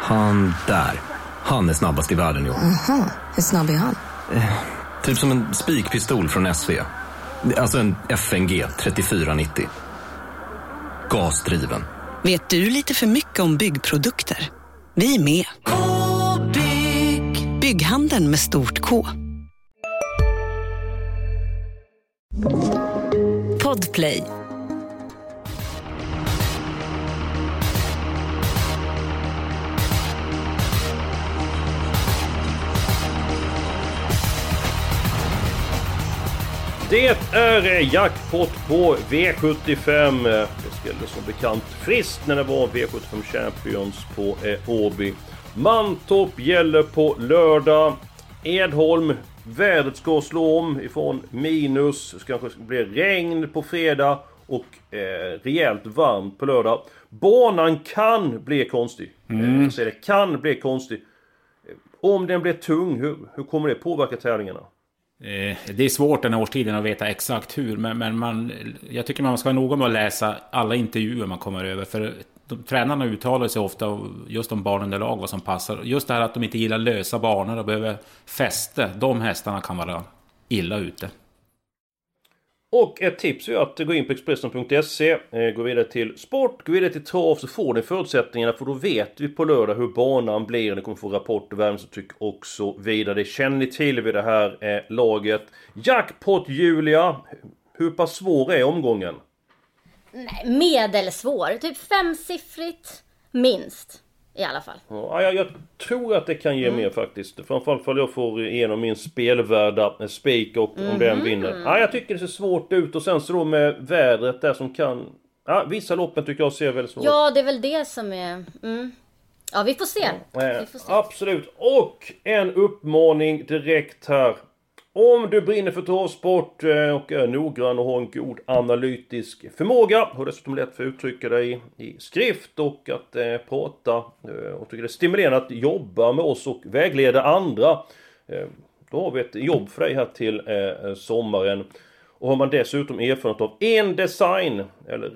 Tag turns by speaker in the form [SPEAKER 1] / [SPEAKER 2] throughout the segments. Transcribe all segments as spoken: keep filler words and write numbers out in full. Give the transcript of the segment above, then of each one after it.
[SPEAKER 1] Han där. Han är snabbast i världen, jo.
[SPEAKER 2] Aha, hur snabb är han?
[SPEAKER 1] Eh, typ som en spikpistol från S V. Alltså en F N G trettiofyra nittio. Gasdriven.
[SPEAKER 3] Vet du lite för mycket om byggprodukter? Vi är med. K-bygg. Bygghandeln med stort K. Podplay.
[SPEAKER 4] Det är jackpot på V sjuttiofem. Det skulle som bekant frist när det var V sjuttiofem Champions på Åby. Mantorp gäller på lördag. Edholm, vädret ska slå om ifrån minus. Det kanske blir regn på fredag och eh, rejält varmt på lördag. Banan kan bli konstig. Mm. Jag säger det, kan bli konstig. Om den blir tung, hur, hur kommer det påverka tävlingarna?
[SPEAKER 5] Det är svårt den här årstiden att veta exakt hur, men, men man, jag tycker man ska vara noga med att läsa alla intervjuer man kommer över, för de, tränarna uttalar sig ofta just om barnunderlag, vad som passar. Just det här att de inte gillar lösa banor och behöver fäste, de hästarna kan vara illa ute.
[SPEAKER 4] Och ett tips är att gå in på expressen punkt se, gå vidare till sport, gå vidare till trav, så får ni förutsättningarna, för då vet vi på lördag hur banan blir. Ni kommer få rapporter, värmsutryck och så vidare. Det känner ni till vid det här eh, laget. Jackpot, Julia, hur pass svår är omgången?
[SPEAKER 6] Nej, medelsvår, typ femsiffrigt minst. I alla fall.
[SPEAKER 4] Ja, jag, jag tror att det kan ge mm. mer faktiskt. Framförallt för att jag får igenom min spelvärda spik och mm. om den vinner. Ja, jag tycker det ser svårt ut. Och sen så då med vädret där som kan... Ja, vissa loppen tycker jag ser väldigt svårt.
[SPEAKER 6] Ja, det är väl det som är... Mm. Ja, vi får se.
[SPEAKER 4] Ja,
[SPEAKER 6] vi får se.
[SPEAKER 4] Absolut. Och en uppmaning direkt här. Om du brinner för travsport och är noggrann och har en god analytisk förmåga, har dessutom lätt för att uttrycka dig i skrift och att eh, prata och tycker det är stimulerande att jobba med oss och vägleda andra, eh, då har vi ett jobb för dig här till eh, sommaren. Och har man dessutom erfarenhet av en design eller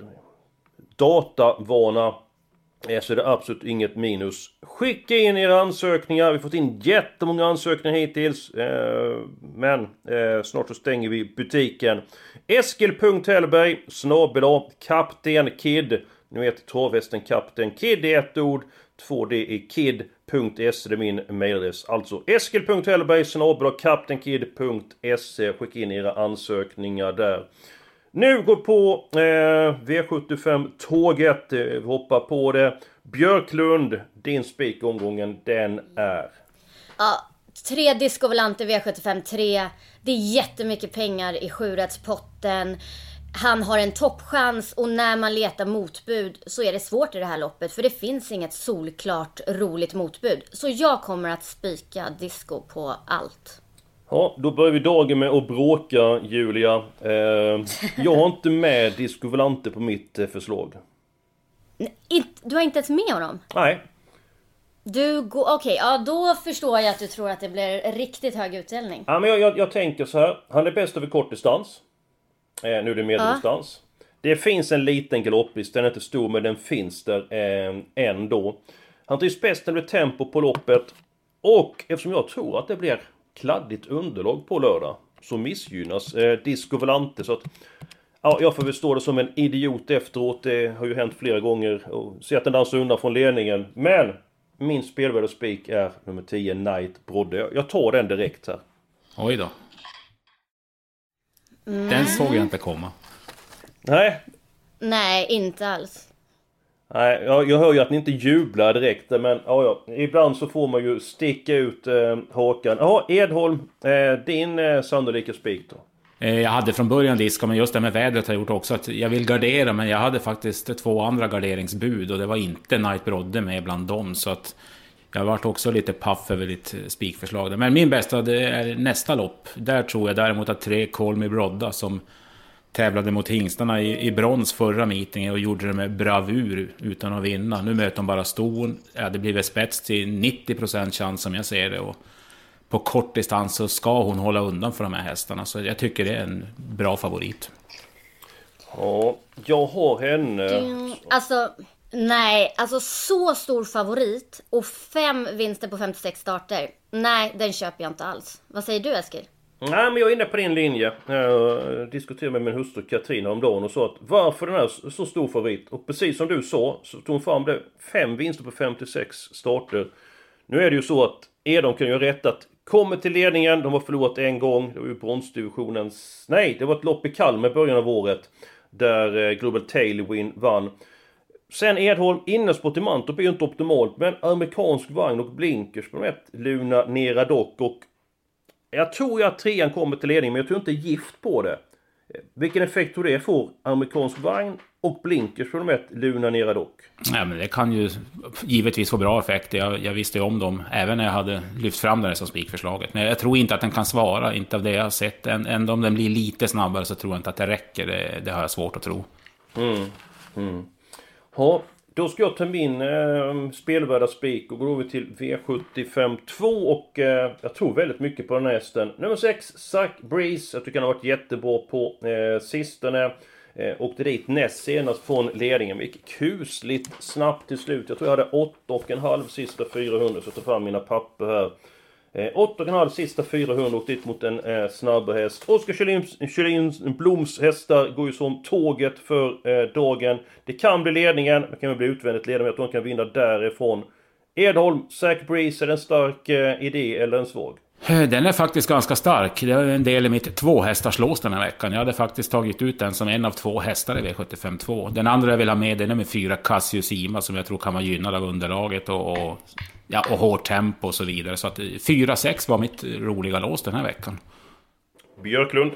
[SPEAKER 4] datavana, så är det absolut inget minus. Skicka in era ansökningar. Vi har fått in jättemånga ansökningar hittills. Eh, men eh, snart så stänger vi butiken. Eskil punkt Hellberg snabel-a Kapten Kid. Ni vet travhästen Kapten Kid i ett ord. två D i kid punkt se. Det är min mailadress. Alltså Eskil punkt Hellberg snabel-a Kapten Kid punkt se. Skicka in era ansökningar där. Nu går på eh, V sjuttiofem-tåget, vi hoppar på det. Björklund, din spikomgången, den är...
[SPEAKER 6] Ja, tre Discovolante V sjuttiofem tre. Det är jättemycket pengar i sjurättspotten. Han har en toppchans och när man letar motbud så är det svårt i det här loppet. För det finns inget solklart roligt motbud. Så jag kommer att spika Disco på allt.
[SPEAKER 4] Ja, då börjar vi dagen med att bråka, Julia. Eh, jag har inte med Disco Volante på mitt eh, förslag.
[SPEAKER 6] Du har inte ens med honom?
[SPEAKER 4] Nej.
[SPEAKER 6] Du går, okej, okay, ja då förstår jag att du tror att det blir riktigt hög utdelning.
[SPEAKER 4] Ja, men jag, jag, jag tänker så här. Han är bäst över kortdistans. Eh, nu är det medeldistans. Ja. Det finns en liten galopplist, den är inte stor men den finns där eh, ändå. Han trivs bäst när det blir tempo på loppet. Och eftersom jag tror att det blir kladdigt underlag på lördag, så missgynnas eh, Disco Volante. Så att, ja, jag får väl stå det som en idiot efteråt. Det har ju hänt flera gånger. Och se att den dansar undan från ledningen. Men min spelvärd och spik är nummer tio, Night Brodde. Jag tar den direkt här.
[SPEAKER 5] Oj då. Mm. Den såg jag inte komma.
[SPEAKER 4] Nej.
[SPEAKER 6] Nej, inte alls.
[SPEAKER 4] Nej, jag, jag hör ju att ni inte jublar direkt. Men ja, ja, ibland så får man ju sticka ut eh, hakan. Ja, Edholm, eh, din eh, sannolika spik då?
[SPEAKER 5] Eh, jag hade från början Disco, men just det med vädret har gjort också att jag vill gardera. Men jag hade faktiskt två andra garderingsbud och det var inte Night Brodde med bland dem. Så att jag har varit också lite paff över ditt spikförslag. Men min bästa det är nästa lopp. Där tror jag däremot att tre Call Me Brodda som tävlade mot hingstarna i, i brons förra meetingen och gjorde det med bravur utan att vinna. Nu möter de bara ston. Ja, det blir väl spets till nittio procent chans som jag ser det. Och på kort distans så ska hon hålla undan för de här hästarna. Så jag tycker det är en bra favorit.
[SPEAKER 4] Ja, jag har henne.
[SPEAKER 6] Du, alltså, Nej, alltså så stor favorit och fem vinster på femtiosex starter. Nej, den köper jag inte alls. Vad säger du, Eskil?
[SPEAKER 4] Nej, men jag är inne på din linje. Jag diskuterade med min hustru Katrina om dagen och sa att varför den är så stor favorit. Och precis som du sa så tog hon fram det fem vinster på femtiosex starter. Nu är det ju så att Edholm kan ju rätt att kommer till ledningen, de har förlorat en gång. Det var ju bronsdivisionens... Nej, det var ett lopp i Kalmar i början av året där Global Tailwind vann. Sen Edholm, innersport i Mantorp är ju inte optimalt, men amerikansk vagn och blinkers på ett Luna Nera dock. Och jag tror ju att trean kommer till ledning, men jag tror inte gift på det. Vilken effekt tror det får amerikansk vagn och blinkers på ett Luna Nera dock?
[SPEAKER 5] Ja, men det kan ju givetvis få bra effekt. Jag, jag visste ju om dem även när jag hade lyft fram det som spikförslaget. Men jag tror inte att den kan svara, inte av det jag har sett. Ändå om den blir lite snabbare så tror jag inte att det räcker. Det, det har jag svårt att tro.
[SPEAKER 4] Mm, mm. Ja, då ska jag ta min eh, spelvärda spik och gå över till V sjuttiofem två och eh, jag tror väldigt mycket på den här hästen. Nummer sex, Zach Breeze. Jag tycker han har varit jättebra på eh, sistone. Eh, åkte dit näst senast från ledningen. Vilket kusligt snabbt till slut. Jag tror jag hade åtta och en halv sista fyrahundra. Så jag tar fram mina papper här. Eh, åtta och en halv sista fyrahundra och dit mot en eh, snabb häst. Oskar Kjellins Bloms hästar går ju som tåget för eh, dagen. Det kan bli ledningen, det kan bli utvändigt ledning. Jag tror han kan vinna därifrån. Edholm, Zach Breeze, är det en stark eh, idé eller en svag?
[SPEAKER 5] Den är faktiskt ganska stark. Det är en del i mitt två hästars lås den här veckan. Jag hade faktiskt tagit ut den som en av två hästar i V sjuttiofem två. Den andra jag vill ha med, den är med fyra Cassius Ima som jag tror kan vara gynnad av underlaget och, och, ja, och hårt tempo och så vidare. Så att fyra sex var mitt roliga lås den här veckan.
[SPEAKER 4] Björklund.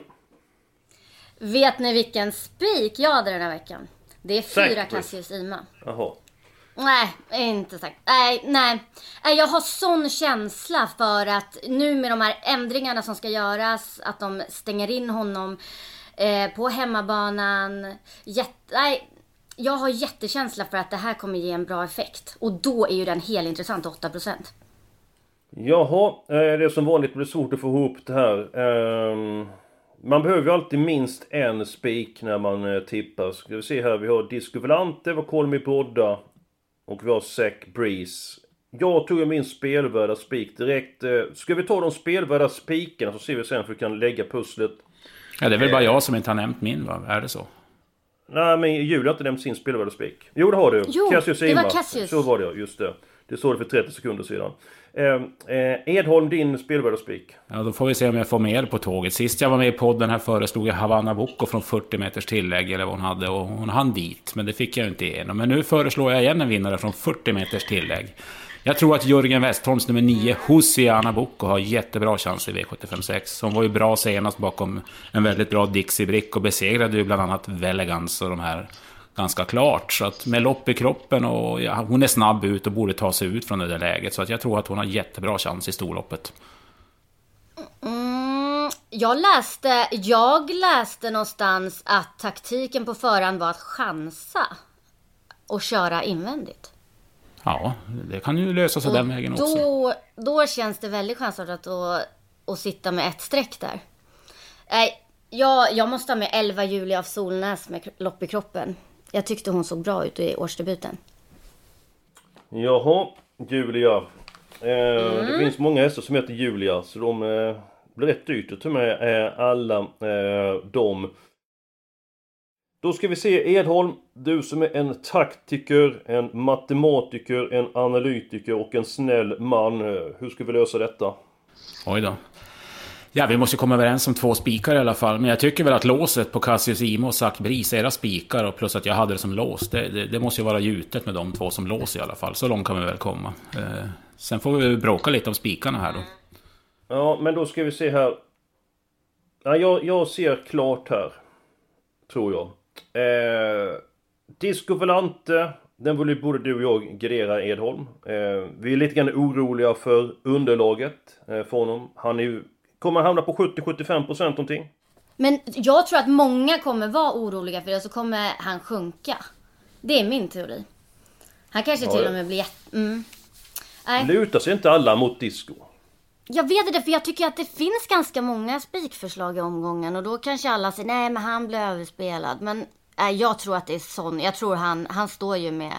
[SPEAKER 6] Vet ni vilken spik jag hade den här veckan? Det är fyra Cassius Ima.
[SPEAKER 4] Jaha.
[SPEAKER 6] Nej, inte sagt. Nej, nej. Jag har sån känsla för att nu med de här ändringarna som ska göras, att de stänger in honom eh, på hemmabanan. Jätte, nej, jag har jättekänsla för att det här kommer ge en bra effekt. Och då är ju den helt intressant, åtta procent.
[SPEAKER 4] Jaha, det är som vanligt blir svårt att få ihop det här. Um... Man behöver ju alltid minst en spik när man eh, tippar. Ska vi se här, vi har Disco Volante, vi har Kolmi Brodda och vi har Zach Breeze. Jag tog ju min spelvärda spik direkt. Ska vi ta de spelvärda spikarna så ser vi sen hur vi kan lägga pusslet.
[SPEAKER 5] Ja, det är väl bara jag som inte har nämnt min, va? Är det så?
[SPEAKER 4] Nej, men Julia har inte nämnt sin spelvärda spik. Jo, det har du.
[SPEAKER 6] Jo,
[SPEAKER 4] Cassius
[SPEAKER 6] det var
[SPEAKER 4] Ima.
[SPEAKER 6] Cassius.
[SPEAKER 4] Så var det, just det. Det såg det för trettio sekunder sedan. Eh, eh, Edholm, din spelvärda spik.
[SPEAKER 5] Ja, då får vi se om jag får med på tåget. Sist jag var med i podden här föreslog jag Havana Boko från fyrtio meters tillägg eller vad hon hade, och hon hann dit, men det fick jag inte igenom. Men nu föreslår jag igen en vinnare från fyrtio meters tillägg. Jag tror att Jörgen Westholms nummer nio, Hosiana Boko, har jättebra chans i V sjuttiofem sex. Hon var ju bra senast bakom en väldigt bra Dixie Brick och besegrade ju bland annat Velegans och de här ganska klart. Så att med lopp i kroppen och ja, hon är snabb ut och borde ta sig ut från det där läget. Så att jag tror att hon har jättebra chans i storloppet.
[SPEAKER 6] Mm, jag läste jag läste någonstans att taktiken på förhand var att chansa och köra invändigt.
[SPEAKER 5] Ja, det kan ju lösa sig och den vägen
[SPEAKER 6] då,
[SPEAKER 5] också.
[SPEAKER 6] Då känns det väldigt chansartat att, att sitta med ett streck där. Nej, jag, jag måste ha med elva Julia av Solnäs med lopp i kroppen. Jag tyckte hon såg bra ut i årsdebuten.
[SPEAKER 4] Jaha, Julia. Eh,
[SPEAKER 6] Mm.
[SPEAKER 4] Det finns många hästar som heter Julia, så de eh, blir rätt dyrt att ta med eh, alla eh, dem. Då ska vi se, Edholm, du som är en taktiker, en matematiker, en analytiker och en snäll man. Hur ska vi lösa detta?
[SPEAKER 5] Oj då. Ja, vi måste komma överens om två spikar i alla fall. Men jag tycker väl att låset på Cassius Ima och Zach Breeze är era spikar, och plus att jag hade det som lås. Det, det, det måste ju vara gjutet med de två som lås i alla fall. Så långt kan vi väl komma. Eh, sen får vi bråka lite om spikarna här då.
[SPEAKER 4] Ja, men då ska vi se här. Ja, jag, jag ser klart här, tror jag. Eh, Disco Volante, den vill ju både du och jag gradera, Edholm. Eh, vi är lite grann oroliga för underlaget eh, för honom. Han är ju, kommer hamna på sjuttio till sjuttiofem procent någonting.
[SPEAKER 6] Men jag tror att många kommer vara oroliga för det, så kommer han sjunka. Det är min teori. Han kanske
[SPEAKER 4] Ja,
[SPEAKER 6] till
[SPEAKER 4] ja.
[SPEAKER 6] och med blir jätte... Mm. Nej.
[SPEAKER 4] Lutar sig inte alla mot Disco?
[SPEAKER 6] Jag vet det, för jag tycker att det finns ganska många spikförslag i omgången. Och då kanske alla säger, nej men han blir överspelad. Men nej, jag tror att det är sån. Jag tror han, han står ju med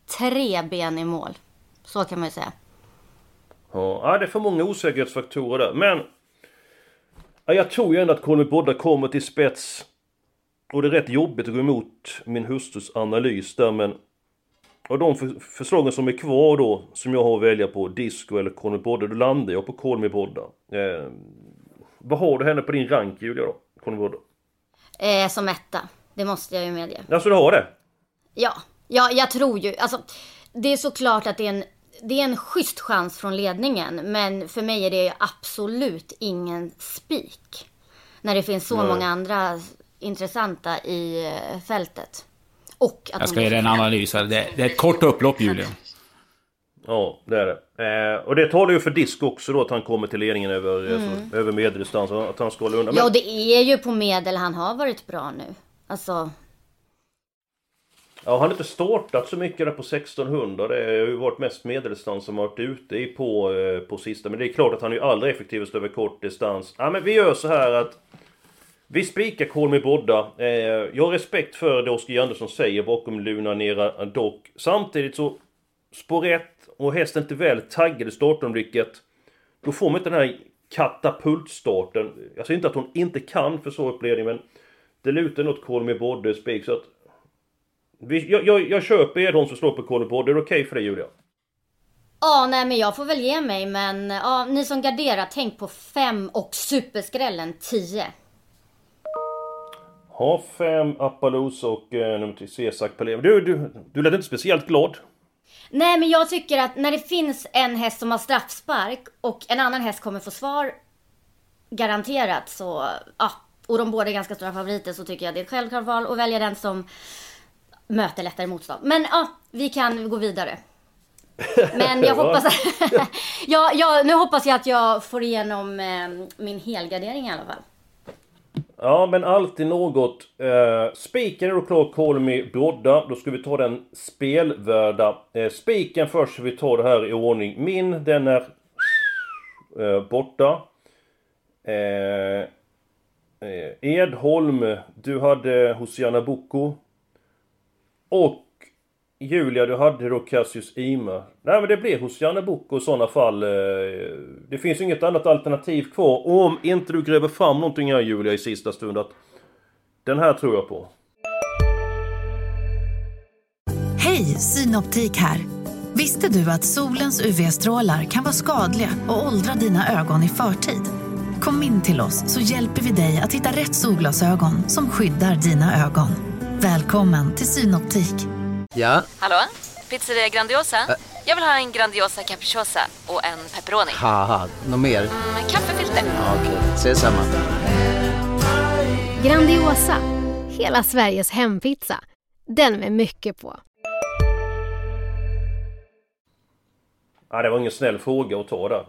[SPEAKER 6] tre ben i mål. Så kan man ju säga.
[SPEAKER 4] Ja, det är för många osäkerhetsfaktorer där. Men ja, jag tror ju ändå att Kolmi Brodda kommer till spets. Och det är rätt jobbigt att gå emot min hustrus analys där. Men och de för, förslagen som är kvar då, som jag har att välja på, Disco eller Kolmi Brodda, då landar jag på Kolmi Brodda. Eh, vad har du henne på din rank, Julia, då? Kolmi Brodda?
[SPEAKER 6] Eh, som etta. Det måste jag ju medge.
[SPEAKER 4] Alltså du har det?
[SPEAKER 6] Ja, ja jag tror ju. Alltså, det är såklart att det är en, det är en schysst chans från ledningen. Men för mig är det absolut ingen spik. När det finns så Nej. många andra intressanta i fältet. Och att
[SPEAKER 5] jag ska ge dig en analys här. Det, det är ett kort upplopp, Julia.
[SPEAKER 4] Ja, det är det. Eh, och det talar ju för Disco också då, att han kommer till ledningen över, mm. alltså, över medeldistans. Att han ska hålla undan.
[SPEAKER 6] Ja, det är ju på medel han har varit bra nu. Alltså...
[SPEAKER 4] Ja, han har inte startat så mycket där på sextonhundra. Det har ju varit mest medeldistans som har varit ute i på, eh, på sista. Men det är klart att han är ju aldrig effektivast över kort distans. Ja, men vi gör så här att vi spikar Kolmi Brodda. Eh, jag har respekt för det Oskar Andersson säger bakom Luna Nera dock. Samtidigt så spår rätt och hästen inte väl taggad i startomblicket. Då får man inte den här katapultstarten. Jag säger inte att hon inte kan för så uppledning, men det lutar något Kolmi Brodda spik. Så att vi, jag, jag, jag köper er de som slår på Kolmi Brodda. Är det okej för dig, Julia?
[SPEAKER 6] Ja, nej men jag får väl ge mig. Men ja, ni som garderar, tänk på fem och superskrällen tio.
[SPEAKER 4] Ha fem Appaloosa och eh, nummer tre Cesak Palem. Du, du, du lät inte speciellt glad.
[SPEAKER 6] Nej, men jag tycker att när det finns en häst som har straffspark och en annan häst kommer få svar garanterat, så ja, och de båda är ganska stora favoriter, så tycker jag det är ett självklart val att välja den som möter lättare motstånd. Men ja, vi kan gå vidare. Men jag hoppas att, ja, ja, nu hoppas jag att jag får igenom eh, min helgardering i alla fall.
[SPEAKER 4] Ja, men alltid något. Eh, spiken är då klar, Kolmi Brodda. Då ska vi ta den spelvärda. Eh, spiken först, så vi tar det här i ordning. Min, den är eh, borta. Eh, eh, Edholm, du hade Hosiana Boko. Och Julia, du hade då Cassius Ima. Nej, men det blir Hosiana Boko i sådana fall. Det finns inget annat alternativ kvar. Om inte du gräver fram någonting här, Julia, i sista stund. Att den här tror jag på.
[SPEAKER 2] Hej, Synoptik här. Visste du att solens U V-strålar kan vara skadliga och åldra dina ögon i förtid? Kom in till oss så hjälper vi dig att hitta rätt solglasögon som skyddar dina ögon. Välkommen till Synoptik.
[SPEAKER 7] Ja?
[SPEAKER 8] Hallå? Pizzeria Grandiosa? Ä Jag vill ha en Grandiosa capriciosa och en pepperoni.
[SPEAKER 7] Haha, något mer?
[SPEAKER 8] Mm, kaffefilter.
[SPEAKER 7] Ja, okej, okay. Ses samma.
[SPEAKER 9] Grandiosa, hela Sveriges hempizza. Den med mycket på.
[SPEAKER 4] Ja, det var ingen snäll fråga att ta där.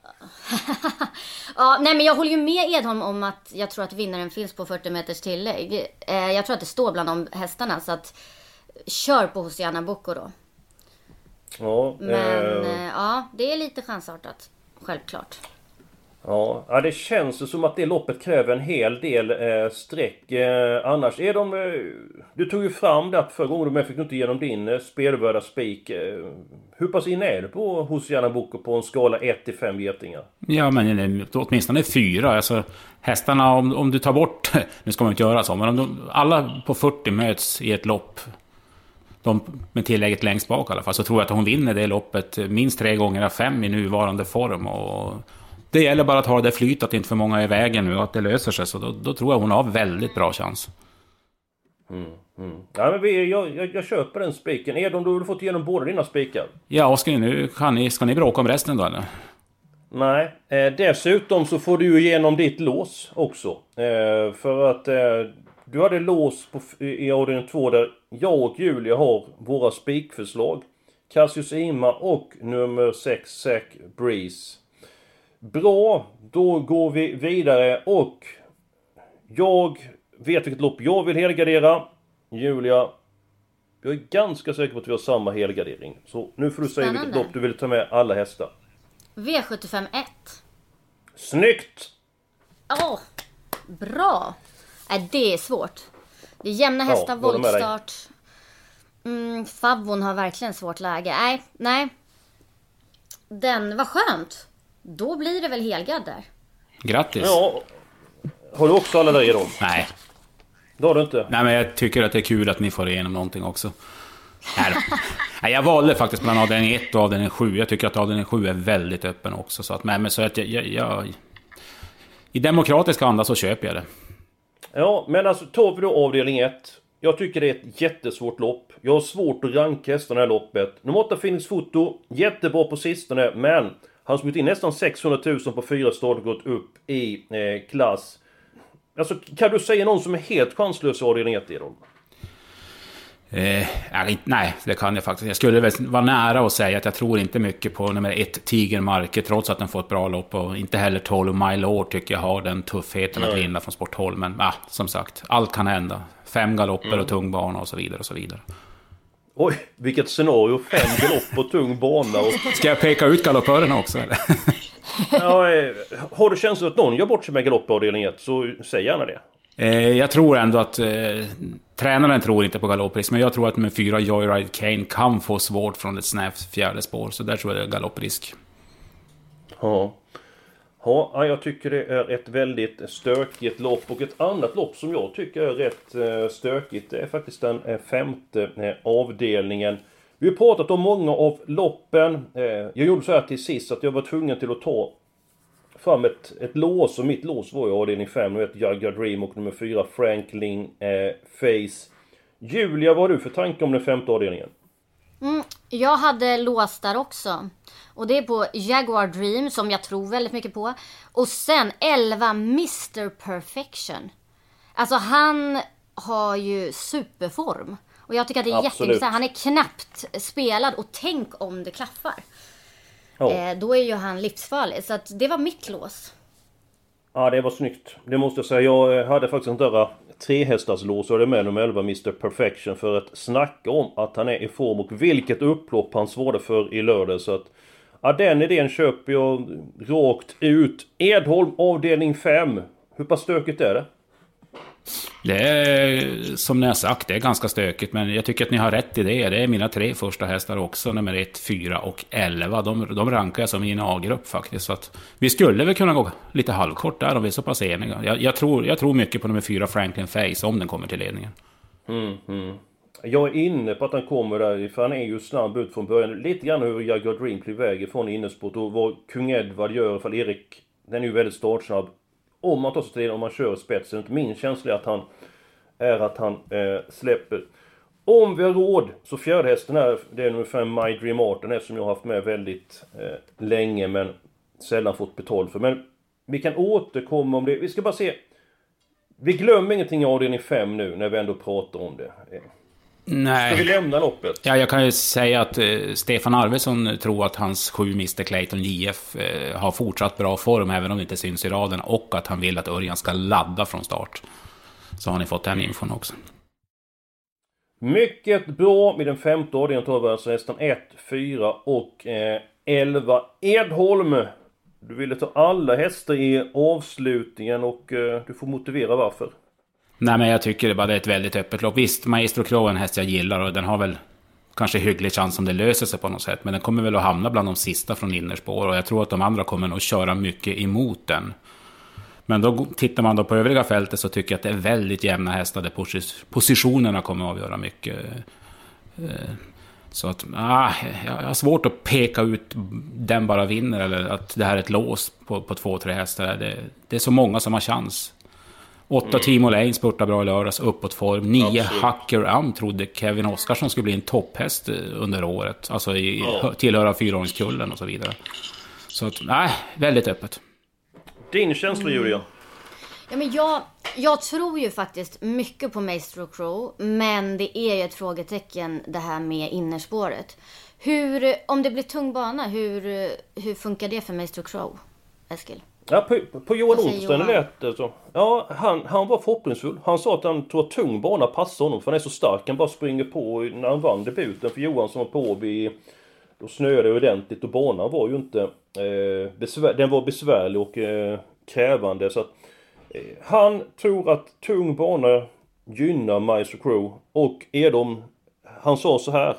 [SPEAKER 6] Ja, nej, men jag håller ju med Edholm om att jag tror att vinnaren finns på fyrtio meters tillägg. Eh, jag tror att det står bland de hästarna, så att kör på Hosiana Boko då.
[SPEAKER 4] Ja,
[SPEAKER 6] men
[SPEAKER 4] eh...
[SPEAKER 6] eh, ja, det är lite chansartat, självklart.
[SPEAKER 4] Ja, ja, det känns som att det loppet kräver en hel del eh, streck. Eh, annars är de... Eh, du tog ju fram det att förra gången du fick inte igenom din eh, spelvärda spik. Eh, hur pass in är du på Hosiana Boko på en skala ett till fem getingar?
[SPEAKER 5] Ja, men åtminstone fyra. Alltså, hästarna, om, om du tar bort... Nu ska man inte göra så, men om de, alla på fyrtio möts i ett lopp, de med tillägget längst bak i alla fall, så tror jag att hon vinner det loppet minst tre gånger av fem i nuvarande form. Och det gäller bara att ha det flyt, att inte för många är i vägen nu och att det löser sig. Så då, då tror jag hon har väldigt bra chans.
[SPEAKER 4] Mm, mm. Ja, men vi, jag, jag, jag köper den spiken. Är de, du har fått igenom båda dina spikar?
[SPEAKER 5] Ja, Oskar, nu kan ni, ska ni bråka om resten då, eller?
[SPEAKER 4] Nej, eh, dessutom så får du igenom ditt lås också. Eh, för att eh, du hade lås på, i avdelning två där jag och Julia har våra spikförslag. Cassius Ima och nummer sex Zac Breeze. Bra, då går vi vidare och jag vet vilket lopp jag vill helgardera. Julia, jag är ganska säker på att vi har samma helgardering. Så nu får du säga
[SPEAKER 6] Spännande.
[SPEAKER 4] vilket lopp du vill ta med alla hästar.
[SPEAKER 6] V sjuttiofem ett.
[SPEAKER 4] Snyggt!
[SPEAKER 6] Åh, oh, bra. Nej, det är svårt. Det är jämna hästar,
[SPEAKER 4] Ja, voltstart.
[SPEAKER 6] Mm, Favon har verkligen svårt läge. Nej, nej. Den var skönt. Då blir det väl helgard där.
[SPEAKER 5] Grattis.
[SPEAKER 4] Ja. Har du också alla där då?
[SPEAKER 5] Nej.
[SPEAKER 4] Det har du inte.
[SPEAKER 5] Nej, men jag tycker att det är kul att ni får igenom någonting också. Nej, Nej jag valde faktiskt bland avdelning ett och avdelning sju. Jag tycker att avdelning sju är väldigt öppen också. Så att, men så att jag, jag, jag... I demokratisk anda så köper jag det.
[SPEAKER 4] Ja, men alltså tar vi då avdelning ett. Jag tycker det är ett jättesvårt lopp. Jag har svårt att ranka hästarna i det här loppet. Nummer åtta Phoenix Foto, jättebra på sistone, men han har smugit in nästan sexhundratusen på fyra start och gått upp i eh, klass. Alltså, kan du säga någon som är helt chanslös i avdelning ett i dem?
[SPEAKER 5] Eh, nej, det kan jag faktiskt. Jag skulle väl vara nära att säga att jag tror inte mycket på nummer ett Tigermarke, trots att den får ett bra lopp, och inte heller tolv Mile År tycker jag har den tuffheten att vinna från Sport tolv. Men ah, som sagt, allt kan hända. Fem galopper mm. och tung bana och så vidare och så vidare.
[SPEAKER 4] Oj, vilket scenario. Fem galopp och tung bana. Och...
[SPEAKER 5] Ska jag peka ut galoppörerna också? Eller?
[SPEAKER 4] Ja, eh, har du känslan att någon gör bort sig med galopp på avdelning ett, så säg gärna det.
[SPEAKER 5] Eh, jag tror ändå att eh, tränaren tror inte på galopprisk, men jag tror att med fyra Joyride Kane kan få svårt från ett snävt fjärde spår, så där tror jag det är galopprisk.
[SPEAKER 4] Ja. Ja, jag tycker det är ett väldigt stökigt lopp, och ett annat lopp som jag tycker är rätt eh, stökigt, det är faktiskt den eh, femte eh, avdelningen. Vi har pratat om många av loppen. Eh, jag gjorde så här till sist att jag var tvungen till att ta fram ett, ett lås, och mitt lås var i avdelning fem, nu vet Jaguar Dream och nummer fyra Franklin eh, Face. Julia, vad har du för tanke om den femte avdelningen?
[SPEAKER 6] Mm, jag hade lås där också. Och det är på Jaguar Dream, som jag tror väldigt mycket på. Och sen elva mister Perfection. Alltså han har ju superform. Och jag tycker att det är jätteintressant. Han är knappt spelad, och tänk om det klaffar. Oh. Eh, då är ju han livsfarlig. Så att det var mitt lås.
[SPEAKER 4] Ja, det var snyggt. Det måste jag säga. Jag hade faktiskt en där trehästars lås, och det med nummer elva mister Perfection, för att snacka om att han är i form och vilket upplopp han svarade för i lördag. Så att ja, den idén köper jag rakt ut. Edholm avdelning fem. Hur pass stökigt är det?
[SPEAKER 5] Det är, som ni har sagt, det är ganska stökigt, men jag tycker att ni har rätt i det. Det är mina tre första hästar också, nummer ett, fyra och elva. De, de rankar jag som i en A-grupp faktiskt. Så att vi skulle väl kunna gå lite halvkort där om vi är så pass eniga. Jag, jag, tror, jag tror mycket på nummer fyra Franklin Face om den kommer till ledningen.
[SPEAKER 4] Mm, mm. Jag är inne på att han kommer där, för han är ju snabb ut från början. Lite grann hur Jaguar Dream blir väg från innesport, och vad Kung Edward gör, för Erik, den är ju väldigt startsnabb. Om man tar sig till, om man kör spetsen. Min känsla är att han är att han eh, släpper. Om vi har råd, så fjärde hästen är, det är nummer fem My Dream Art, den är som jag har haft med väldigt eh, länge, men sällan fått betalt för. Men vi kan återkomma om det. Vi ska bara se. Vi glömmer ingenting av avdelning fem nu när vi ändå pratar om det.
[SPEAKER 5] Nej.
[SPEAKER 4] Ska vi lämna loppet?
[SPEAKER 5] Ja, jag kan ju säga att eh, Stefan Arvidsson tror att hans sju mister Clayton J F eh, har fortsatt bra form, även om det inte syns i raden, och att han vill att Örjan ska ladda från start. Så har ni fått den infon också.
[SPEAKER 4] Mycket bra med den femte avdelningen, tar vi alltså nästan ett, fyra och eh, elva. Edholm, du ville ta alla hästar i avslutningen, och eh, du får motivera varför.
[SPEAKER 5] Nej, men jag tycker det bara är ett väldigt öppet lopp. Visst, Maestro Crow är en häst jag gillar, och den har väl kanske hygglig chans om det löser sig på något sätt. Men den kommer väl att hamna bland de sista från innerspår, och jag tror att de andra kommer nog köra mycket emot den. Men då tittar man då på övriga fältet, så tycker jag att det är väldigt jämna hästar där positionerna kommer att avgöra mycket. Så att ah, jag har svårt att peka ut den bara vinner, eller att det här är ett lås på, på två, tre hästar. Det, det är så många som har chans. Åtta mm. Timo Lane spurtar bra i lördags, uppåt form. Nio Absolut. Hacker Am trodde Kevin Oskarsson skulle bli en topphäst under året. Alltså i, ja. tillhöra fyraåringskullen och så vidare. Så att, nej, väldigt öppet.
[SPEAKER 4] Din känsla, Julia?
[SPEAKER 6] Ja, men jag, jag tror ju faktiskt mycket på Maestro Crow, men det är ju ett frågetecken det här med innerspåret. Hur, om det blir tung bana, hur, hur funkar det för Maestro Crow, Eskil?
[SPEAKER 4] Ja, på, på Johan Olsten lät det så. Ja, han, han var förhoppningsfull. Han sa att han tror att tung bana passar honom, för han är så stark. Han bara springer på när han vann debuten för Johan som var på vid... Då snöade det ordentligt, och banan var ju inte... Eh, besvär, den var besvärlig och eh, krävande. Så att, eh, han tror att tung bana gynnar Maestro Crow. Och är de han sa så här.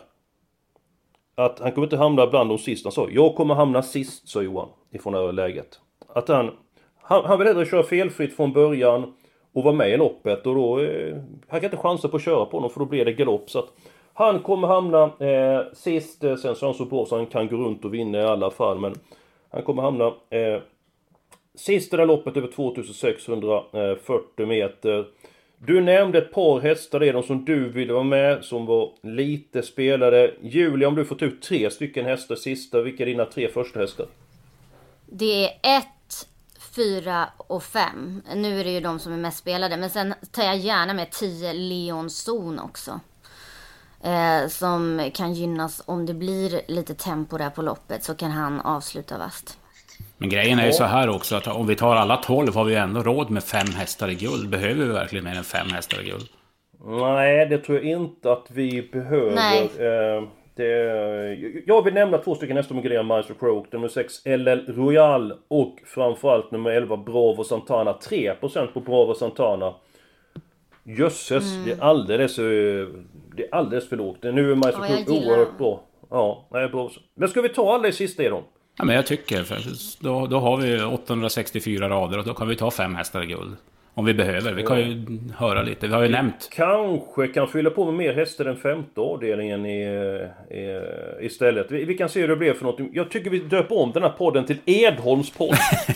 [SPEAKER 4] Att han kommer inte hamna bland de sista. Han sa, jag kommer hamna sist, sa Johan. Ifrån det här läget. Att han, han, han vill hellre köra felfritt från början. Och vara med i loppet. Och då, eh, han kan inte chansa på att köra på honom. För då blir det galopp. Så att han kommer hamna eh, sist. Eh, sen så är han så bra så han kan gå runt och vinna i alla fall. Men han kommer hamna eh, sist i det loppet över tvåtusensexhundrafyrtio meter. Du nämnde ett par hästar, det är de som du ville vara med, som var lite spelade. Julia, om du fått ut tre stycken hästar sista, vilka är dina tre första hästar?
[SPEAKER 6] Det är ett, fyra och fem. Nu är det ju de som är mest spelade. Men sen tar jag gärna med tio Leon Zon också. Eh, som kan gynnas om det blir lite tempo där på loppet, så kan han avsluta vast.
[SPEAKER 5] Men grejen är ju så här också, att om vi tar alla tolv har vi ju ändå råd med fem hästar i guld. Behöver vi verkligen mer än fem hästar i guld?
[SPEAKER 4] Nej, det tror jag inte att vi behöver.
[SPEAKER 6] Nej.
[SPEAKER 4] Eh, det, jag vill nämna två stycken hästar med grejer, Maestro Croak, nummer sex L L Royal och framförallt nummer elva Bravo Santana. tre procent på Bravo Santana. Jösses, mm. det är alldeles det är alldeles för lågt. Nu är Maestro Croak
[SPEAKER 6] ja,
[SPEAKER 4] oerhört bra. Ja, nej, bra. Men ska vi ta alla i sista i dem?
[SPEAKER 5] Ja, men jag tycker, för då, då har vi åttahundrasextiofyra rader och då kan vi ta fem hästar i guld. Om vi behöver, vi kan ju höra lite, vi har ju vi nämnt.
[SPEAKER 4] Kanske kan fylla på med mer hästar än femte avdelningen i, i, istället. Vi, vi kan se hur det blir för något. Jag tycker vi döper om den här podden till Edholms podd.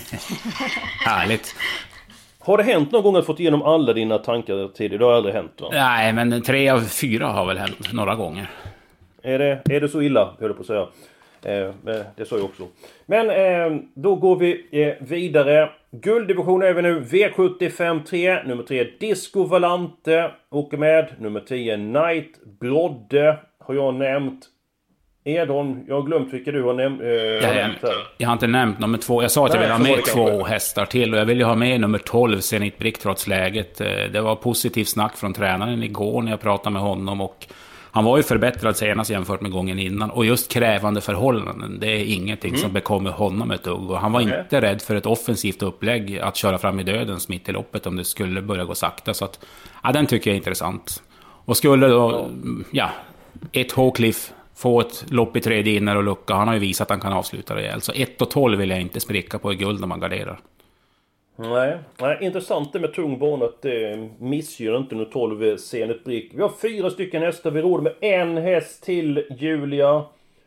[SPEAKER 5] Härligt.
[SPEAKER 4] Har det hänt någon gång att fått igenom alla dina tankar tidigare? Det har aldrig hänt, va?
[SPEAKER 5] Nej, men tre av fyra har väl hänt några gånger.
[SPEAKER 4] Är det, är det så illa, höll jag på att säga. Eh, det sa jag också. Men eh, då går vi eh, vidare. Gulddivision är vi nu. V sjuttiofem tre. Nummer tre Disco Valante åker med. Nummer tio Night Brodde har jag nämnt. Edholm, jag har glömt vilka du har näm- eh,
[SPEAKER 5] jag,
[SPEAKER 4] nämnt här.
[SPEAKER 5] Jag har inte nämnt nummer två. Jag sa att Nej, jag vill ha med två kanske. hästar till. Och jag vill ju ha med nummer tolv Zenit Brick trots läget. Det var positivt snack från tränaren igår när jag pratade med honom. Och han var ju förbättrad senast jämfört med gången innan. Och just krävande förhållanden, det är ingenting mm. som bekommer honom ett dugg. Och han var mm. inte rädd för ett offensivt upplägg att köra fram i dödens mitt i loppet om det skulle börja gå sakta. Så att, ja, den tycker jag är intressant. Och skulle då, ja, ett H-Cliff få ett lopp i tredje inner och lucka. Han har ju visat att han kan avsluta det. Så ett och tolv vill jag inte spricka på i guld när man garderar.
[SPEAKER 4] Nej, nej, intressant det med tung bana att det missgör inte nu tolv Zenit Brick. Vi har fyra stycken hästar, vi råder med en häst till Julia.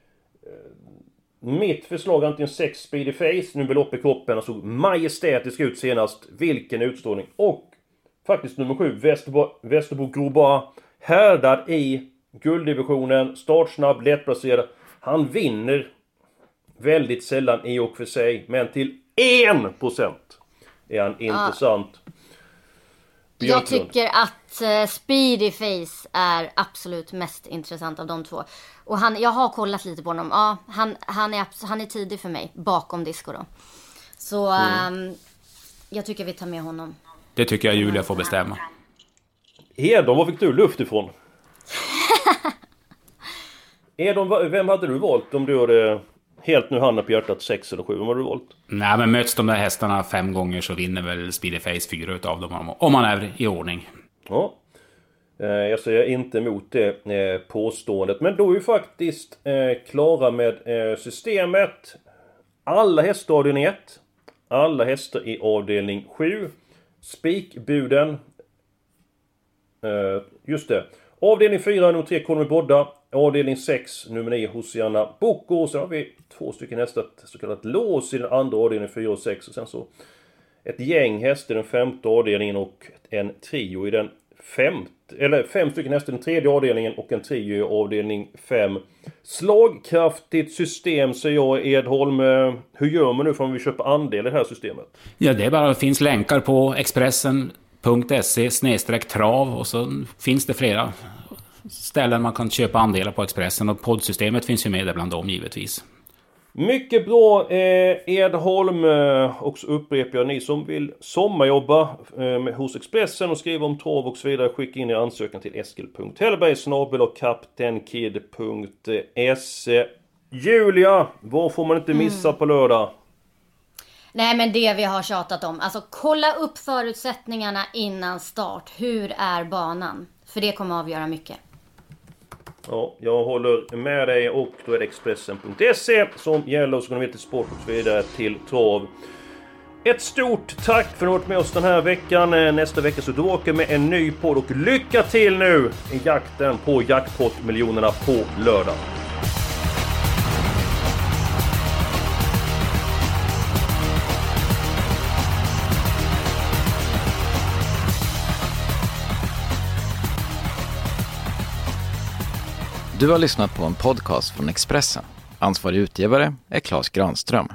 [SPEAKER 4] Mitt förslag antingen sex Speedy Face, nu vill upp i kroppen, han såg majestätisk ut senast. Vilken utstrålning. Och faktiskt nummer sju Västerbo, Västerbo Groba, härdad i gulddivisionen, startsnabb, lättplacerad. Han vinner väldigt sällan i och för sig, men till en procent är han intressant.
[SPEAKER 6] Ja. Jag tycker att uh, Speedy Face är absolut mest intressant av de två. Och han, jag har kollat lite på honom. Ja, han, han, är, han är tidig för mig, bakom Disco då. Så um, mm. jag tycker vi tar med honom.
[SPEAKER 5] Det tycker jag Julia får bestämma.
[SPEAKER 4] Edom, var fick du luft ifrån? Edom, vem hade du valt om du hade helt nu handen på hjärtat sex eller sju? Vem hade du valt?
[SPEAKER 5] Nej, men möts de där hästarna fem gånger så vinner väl Speedy Face fyra utav dem om man är i ordning.
[SPEAKER 4] Ja, jag säger inte emot det påståendet. Men då är vi faktiskt klara med systemet. Alla hästar i avdelning ett. Alla hästar i avdelning sju. Spikbuden. Just det. Avdelning fyra, nummer tre, Conor Bodda. Avdelning sex, nummer nio, Hosianna Boko. Sen har vi två stycken hästar, så kallat lås i den andra avdelningen, fyra och sex. Och sen så ett gäng hästar i den femte avdelningen och en trio i den femte. Eller fem stycken hästar i den tredje avdelningen och en trio i avdelning fem. Slagkraftigt system, säger jag, Edholm. Hur gör man nu för om vi köper andel i det här systemet?
[SPEAKER 5] Ja, det är bara, det finns länkar på Expressen punkt se snedstreck trav och så finns det flera ställen man kan köpa andelar på Expressen och poddsystemet finns ju med där bland dem givetvis.
[SPEAKER 4] Mycket bra eh, Edholm, eh, och så upprepar jag, ni som vill sommarjobba eh, hos Expressen och skriva om trav och så vidare, skicka in er ansökan till eskil punkt hellberg snabel-a kaptenkid punkt se. Julia, vad får man inte missa mm. på lördag?
[SPEAKER 6] Nej, men det vi har tjatat om. Alltså kolla upp förutsättningarna innan start. Hur är banan? För det kommer att avgöra mycket.
[SPEAKER 4] Ja, jag håller med dig och då är det Expressen punkt se som gäller, så går ni med till sport och så vidare till trav. Ett stort tack för att ni har varit med oss den här veckan. Nästa vecka så då åker med en ny podd och lycka till nu i jakten på jackpot-miljonerna på lördag.
[SPEAKER 10] Du har lyssnat på en podcast från Expressen. Ansvarig utgivare är Claes Granström.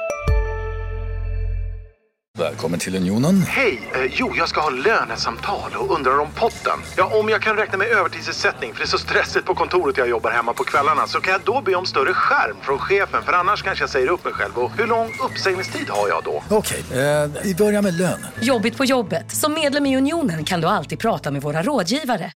[SPEAKER 11] Välkommen till Unionen.
[SPEAKER 12] Hej, eh, jo jag ska ha lönesamtal och undrar om potten. Ja, om jag kan räkna med övertidsersättning för det är så stressigt på kontoret jag jobbar hemma på kvällarna, så kan jag då be om större skärm från chefen, för annars kanske jag säger upp mig själv. Och hur lång uppsägningstid har jag då?
[SPEAKER 11] Okej, eh, vi börjar med lön.
[SPEAKER 13] Jobbigt på jobbet. Som medlem i Unionen kan du alltid prata med våra rådgivare.